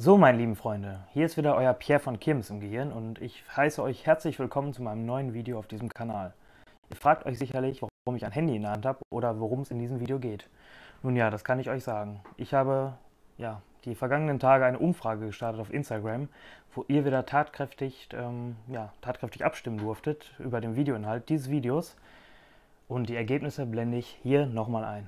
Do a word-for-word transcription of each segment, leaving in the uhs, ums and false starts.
So, meine lieben Freunde, hier ist wieder euer Pierre von Kirmes im Gehirn und ich heiße euch herzlich willkommen zu meinem neuen Video auf diesem Kanal. Ihr fragt euch sicherlich, warum ich ein Handy in der Hand habe oder worum es in diesem Video geht. Nun ja, das kann ich euch sagen. Ich habe ja, die vergangenen Tage eine Umfrage gestartet auf Instagram, wo ihr wieder tatkräftig, ähm, ja, tatkräftig abstimmen durftet über den Videoinhalt dieses Videos und die Ergebnisse blende ich hier nochmal ein.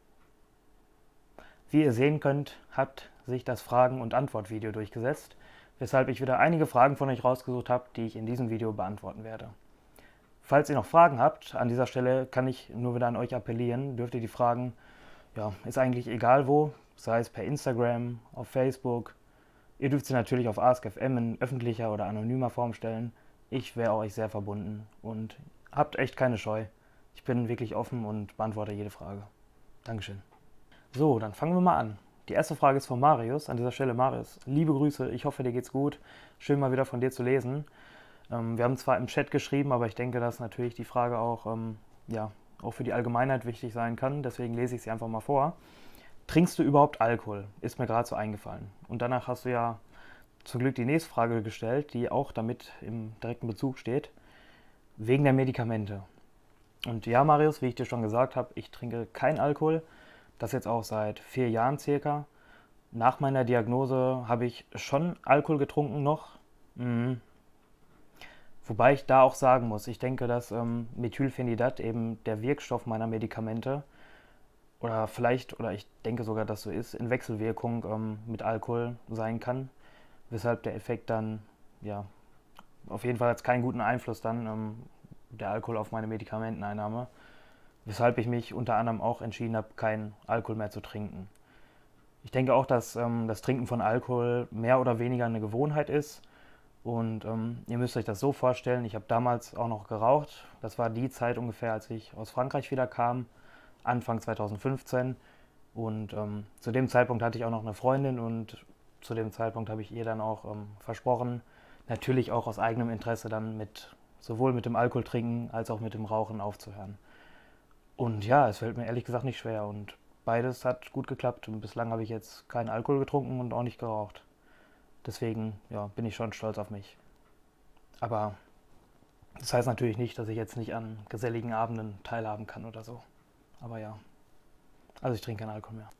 Wie ihr sehen könnt, hat sich das Fragen- und Antwort-Video durchgesetzt, weshalb ich wieder einige Fragen von euch rausgesucht habe, die ich in diesem Video beantworten werde. Falls ihr noch Fragen habt, an dieser Stelle kann ich nur wieder an euch appellieren, dürft ihr die Fragen, ja, ist eigentlich egal wo, sei es per Instagram, auf Facebook. Ihr dürft sie natürlich auf Ask F M in öffentlicher oder anonymer Form stellen. Ich wäre euch sehr verbunden und habt echt keine Scheu. Ich bin wirklich offen und beantworte jede Frage. Dankeschön. So, dann fangen wir mal an. Die erste Frage ist von Marius. An dieser Stelle, Marius, liebe Grüße, ich hoffe, dir geht's gut. Schön mal wieder von dir zu lesen. Ähm, wir haben zwar im Chat geschrieben, aber ich denke, dass natürlich die Frage auch, ähm, ja, auch für die Allgemeinheit wichtig sein kann. Deswegen lese ich sie einfach mal vor. Trinkst du überhaupt Alkohol? Ist mir gerade so eingefallen. Und danach hast du ja zum Glück die nächste Frage gestellt, die auch damit im direkten Bezug steht. Wegen der Medikamente. Und ja, Marius, wie ich dir schon gesagt habe, ich trinke keinen Alkohol. Das jetzt auch seit vier Jahren circa. Nach meiner Diagnose habe ich schon Alkohol getrunken noch. Mhm. Wobei ich da auch sagen muss, ich denke, dass ähm, Methylphenidat eben der Wirkstoff meiner Medikamente oder vielleicht, oder ich denke sogar, dass so ist, in Wechselwirkung ähm, mit Alkohol sein kann. Weshalb der Effekt dann, ja, auf jeden Fall hat es keinen guten Einfluss dann, ähm, der Alkohol auf meine Medikamenteneinnahme. Weshalb ich mich unter anderem auch entschieden habe, keinen Alkohol mehr zu trinken. Ich denke auch, dass ähm, das Trinken von Alkohol mehr oder weniger eine Gewohnheit ist. Und ähm, ihr müsst euch das so vorstellen, ich habe damals auch noch geraucht. Das war die Zeit ungefähr, als ich aus Frankreich wieder kam, Anfang zweitausendfünfzehn. Und ähm, zu dem Zeitpunkt hatte ich auch noch eine Freundin und zu dem Zeitpunkt habe ich ihr dann auch ähm, versprochen, natürlich auch aus eigenem Interesse dann mit sowohl mit dem Alkohol trinken als auch mit dem Rauchen aufzuhören. Und ja, es fällt mir ehrlich gesagt nicht schwer und beides hat gut geklappt und bislang habe ich jetzt keinen Alkohol getrunken und auch nicht geraucht. Deswegen, ja, bin ich schon stolz auf mich. Aber das heißt natürlich nicht, dass ich jetzt nicht an geselligen Abenden teilhaben kann oder so. Aber ja, also ich trinke keinen Alkohol mehr.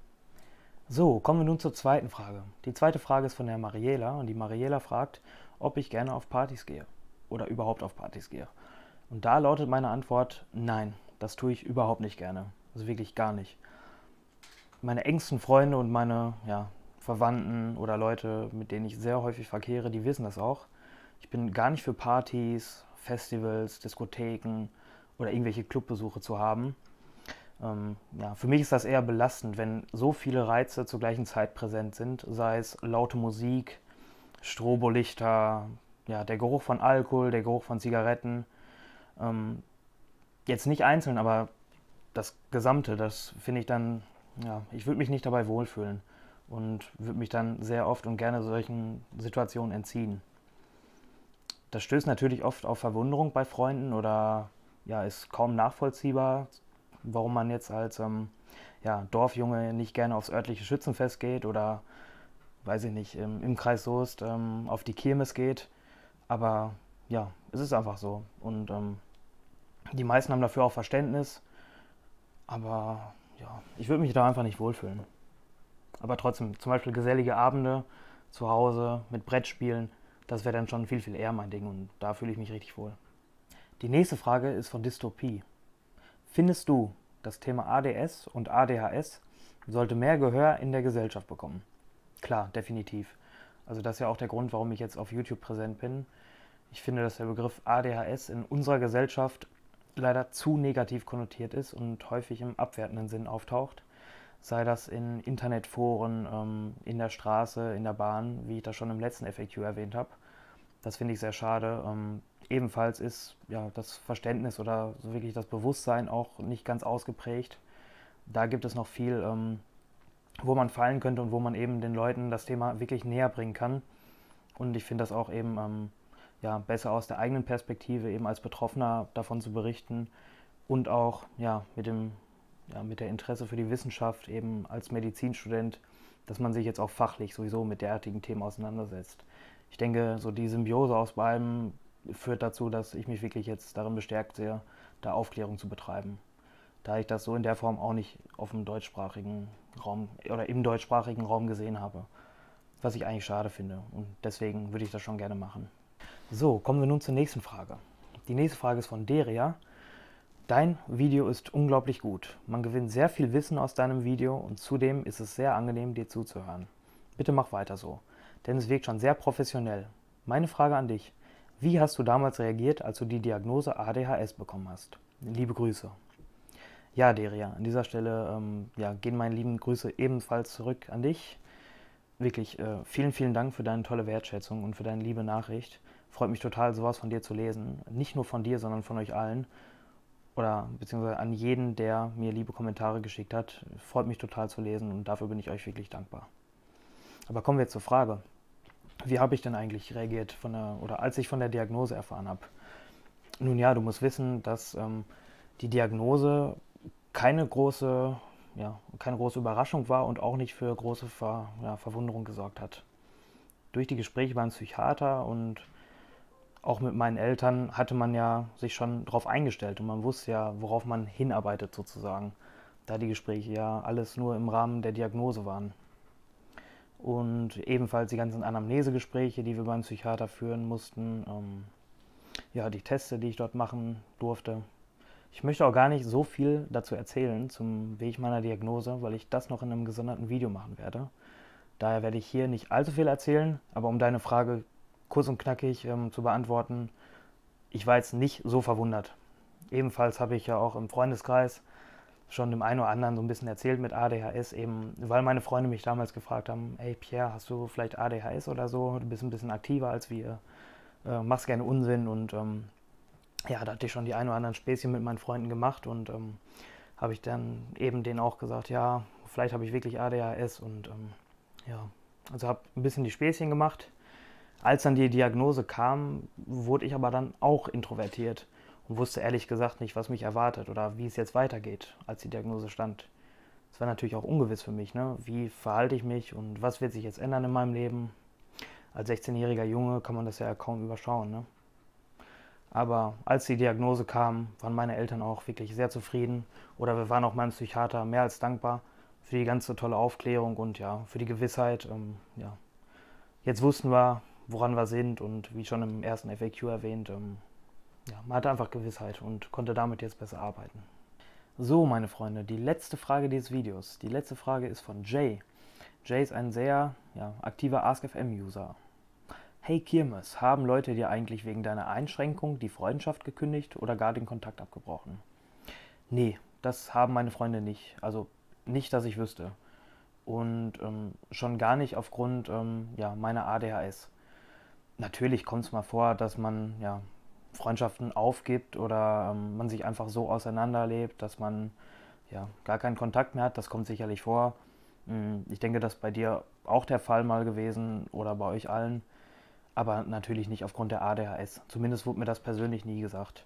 So, kommen wir nun zur zweiten Frage. Die zweite Frage ist von der Mariela und die Mariela fragt, ob ich gerne auf Partys gehe oder überhaupt auf Partys gehe. Und da lautet meine Antwort, nein, das tue ich überhaupt nicht gerne. Also wirklich gar nicht. Meine engsten Freunde und meine ja, Verwandten oder Leute, mit denen ich sehr häufig verkehre, die wissen das auch. Ich bin gar nicht für Partys, Festivals, Diskotheken oder irgendwelche Clubbesuche zu haben. Ähm, ja, für mich ist das eher belastend, wenn so viele Reize zur gleichen Zeit präsent sind, sei es laute Musik, Strobolichter, ja, der Geruch von Alkohol, der Geruch von Zigaretten. Ähm, jetzt nicht einzeln, aber das Gesamte, das finde ich dann, ja, ich würde mich nicht dabei wohlfühlen und würde mich dann sehr oft und gerne solchen Situationen entziehen. Das stößt natürlich oft auf Verwunderung bei Freunden oder ja, ist kaum nachvollziehbar, warum man jetzt als ähm, ja, Dorfjunge nicht gerne aufs örtliche Schützenfest geht oder, weiß ich nicht, im, im Kreis Soest ähm, auf die Kirmes geht. Aber ja, es ist einfach so. Und ähm, die meisten haben dafür auch Verständnis. Aber ja, ich würde mich da einfach nicht wohlfühlen. Aber trotzdem, zum Beispiel gesellige Abende zu Hause mit Brettspielen, das wäre dann schon viel, viel eher mein Ding und da fühle ich mich richtig wohl. Die nächste Frage ist von Dystopie. Findest du, das Thema A D S und A D H S sollte mehr Gehör in der Gesellschaft bekommen? Klar, definitiv. Also das ist ja auch der Grund, warum ich jetzt auf YouTube präsent bin. Ich finde, dass der Begriff A D H S in unserer Gesellschaft leider zu negativ konnotiert ist und häufig im abwertenden Sinn auftaucht. Sei das in Internetforen, ähm, in der Straße, in der Bahn, wie ich das schon im letzten F A Q erwähnt habe. Das finde ich sehr schade. Ähm, ebenfalls ist ja, das Verständnis oder so wirklich das Bewusstsein auch nicht ganz ausgeprägt. Da gibt es noch viel, ähm, wo man fallen könnte und wo man eben den Leuten das Thema wirklich näher bringen kann. Und ich finde das auch eben ähm, ja, besser aus der eigenen Perspektive, eben als Betroffener davon zu berichten und auch ja, mit, dem, ja, mit der Interesse für die Wissenschaft, eben als Medizinstudent, dass man sich jetzt auch fachlich sowieso mit derartigen Themen auseinandersetzt. Ich denke, so die Symbiose aus beidem führt dazu, dass ich mich wirklich jetzt darin bestärkt sehe, da Aufklärung zu betreiben. Da ich das so in der Form auch nicht auf dem deutschsprachigen Raum oder im deutschsprachigen Raum gesehen habe. Was ich eigentlich schade finde. Und deswegen würde ich das schon gerne machen. So, kommen wir nun zur nächsten Frage. Die nächste Frage ist von Deria. Dein Video ist unglaublich gut. Man gewinnt sehr viel Wissen aus deinem Video und zudem ist es sehr angenehm, dir zuzuhören. Bitte mach weiter so, denn es wirkt schon sehr professionell. Meine Frage an dich. Wie hast du damals reagiert, als du die Diagnose A D H S bekommen hast? Liebe Grüße. Ja, Deria, an dieser Stelle ähm, ja, gehen meine lieben Grüße ebenfalls zurück an dich. Wirklich äh, vielen, vielen Dank für deine tolle Wertschätzung und für deine liebe Nachricht. Freut mich total, sowas von dir zu lesen. Nicht nur von dir, sondern von euch allen. Oder beziehungsweise an jeden, der mir liebe Kommentare geschickt hat. Freut mich total zu lesen und dafür bin ich euch wirklich dankbar. Aber kommen wir jetzt zur Frage. Wie habe ich denn eigentlich reagiert, von der, oder als ich von der Diagnose erfahren habe? Nun ja, du musst wissen, dass ähm, die Diagnose keine große, ja, keine große Überraschung war und auch nicht für große Ver, ja, Verwunderung gesorgt hat. Durch die Gespräche beim Psychiater und auch mit meinen Eltern hatte man ja sich schon darauf eingestellt und man wusste ja, worauf man hinarbeitet sozusagen, da die Gespräche ja alles nur im Rahmen der Diagnose waren. Und ebenfalls die ganzen Anamnesegespräche, die wir beim Psychiater führen mussten, ähm, ja, die Teste, die ich dort machen durfte. Ich möchte auch gar nicht so viel dazu erzählen zum Weg meiner Diagnose, weil ich das noch in einem gesonderten Video machen werde. Daher werde ich hier nicht allzu viel erzählen, aber um deine Frage kurz und knackig ähm, zu beantworten, ich war jetzt nicht so verwundert. Ebenfalls habe ich ja auch im Freundeskreis schon dem einen oder anderen so ein bisschen erzählt mit A D H S, eben weil meine Freunde mich damals gefragt haben, hey Pierre, hast du vielleicht A D H S oder so? Du bist ein bisschen aktiver als wir, äh, machst gerne Unsinn und ähm, ja, da hatte ich schon die ein oder anderen Späßchen mit meinen Freunden gemacht und ähm, habe ich dann eben denen auch gesagt, ja, vielleicht habe ich wirklich A D H S und ähm, ja, also habe ein bisschen die Späßchen gemacht. Als dann die Diagnose kam, wurde ich aber dann auch introvertiert und wusste ehrlich gesagt nicht, was mich erwartet oder wie es jetzt weitergeht, als die Diagnose stand. Es war natürlich auch ungewiss für mich, ne? Wie verhalte ich mich und was wird sich jetzt ändern in meinem Leben? Als sechzehnjähriger Junge kann man das ja kaum überschauen, ne? Aber als die Diagnose kam, waren meine Eltern auch wirklich sehr zufrieden oder wir waren auch meinem Psychiater mehr als dankbar für die ganze tolle Aufklärung und ja, für die Gewissheit. Ähm, ja. Jetzt wussten wir, woran wir sind und wie schon im ersten F A Q erwähnt, ähm, ja, man hatte einfach Gewissheit und konnte damit jetzt besser arbeiten. So, meine Freunde, die letzte Frage dieses Videos. Die letzte Frage ist von Jay. Jay ist ein sehr ja, aktiver Ask F M-User. Hey Kirmes, haben Leute dir eigentlich wegen deiner Einschränkung die Freundschaft gekündigt oder gar den Kontakt abgebrochen? Nee, das haben meine Freunde nicht. Also nicht, dass ich wüsste. Und ähm, schon gar nicht aufgrund ähm, ja, meiner A D H S. Natürlich kommt es mal vor, dass man ja, Freundschaften aufgibt oder ähm, man sich einfach so auseinanderlebt, dass man ja, gar keinen Kontakt mehr hat. Das kommt sicherlich vor. Ich denke, das ist bei dir auch der Fall mal gewesen oder bei euch allen. Aber natürlich nicht aufgrund der A D H S. Zumindest wurde mir das persönlich nie gesagt.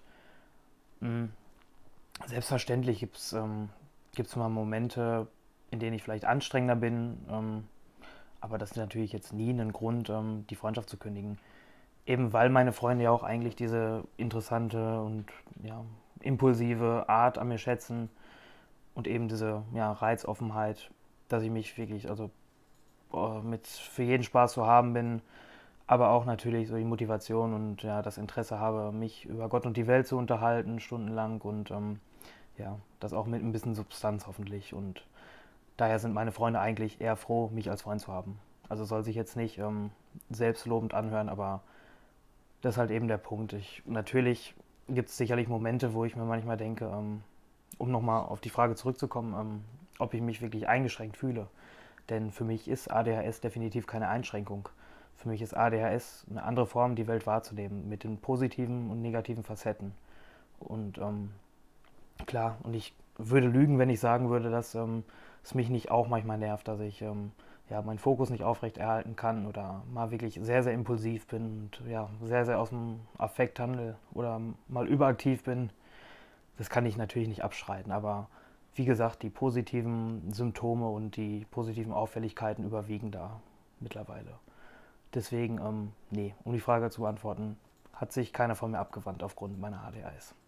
Selbstverständlich gibt es ähm, gibt's mal Momente, in denen ich vielleicht anstrengender bin. Ähm, aber das ist natürlich jetzt nie ein Grund, ähm, die Freundschaft zu kündigen. Eben weil meine Freunde ja auch eigentlich diese interessante und ja, impulsive Art an mir schätzen und eben diese ja, Reizoffenheit, dass ich mich wirklich also oh, mit für jeden Spaß zu haben bin, aber auch natürlich so die Motivation und ja, das Interesse habe, mich über Gott und die Welt zu unterhalten, stundenlang und ähm, ja, das auch mit ein bisschen Substanz hoffentlich und daher sind meine Freunde eigentlich eher froh, mich als Freund zu haben. Also soll sich jetzt nicht ähm, selbstlobend anhören, aber das ist halt eben der Punkt. Ich, natürlich gibt es sicherlich Momente, wo ich mir manchmal denke, ähm, um nochmal auf die Frage zurückzukommen, ähm, ob ich mich wirklich eingeschränkt fühle. Denn für mich ist A D H S definitiv keine Einschränkung. Für mich ist A D H S eine andere Form, die Welt wahrzunehmen, mit den positiven und negativen Facetten. Und ähm, klar, und ich würde lügen, wenn ich sagen würde, dass ähm, es mich nicht auch manchmal nervt, dass ich ähm, ja, meinen Fokus nicht aufrecht erhalten kann oder mal wirklich sehr, sehr impulsiv bin und ja, sehr, sehr aus dem Affekt handle oder mal überaktiv bin. Das kann ich natürlich nicht abstreiten, aber wie gesagt, die positiven Symptome und die positiven Auffälligkeiten überwiegen da mittlerweile. Deswegen, ähm, nee, um die Frage zu beantworten, hat sich keiner von mir abgewandt aufgrund meiner A D H S.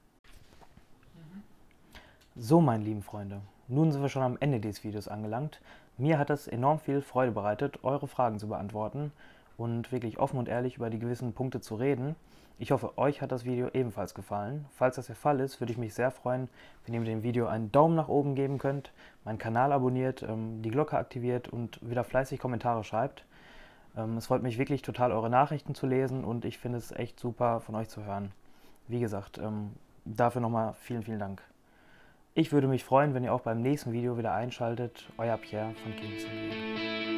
So, meine lieben Freunde, nun sind wir schon am Ende dieses Videos angelangt. Mir hat es enorm viel Freude bereitet, eure Fragen zu beantworten und wirklich offen und ehrlich über die gewissen Punkte zu reden. Ich hoffe, euch hat das Video ebenfalls gefallen. Falls das der Fall ist, würde ich mich sehr freuen, wenn ihr mit dem Video einen Daumen nach oben geben könnt, meinen Kanal abonniert, die Glocke aktiviert und wieder fleißig Kommentare schreibt. Es freut mich wirklich total, eure Nachrichten zu lesen und ich finde es echt super, von euch zu hören. Wie gesagt, dafür nochmal vielen, vielen Dank. Ich würde mich freuen, wenn ihr auch beim nächsten Video wieder einschaltet. Euer Pierre von Kings.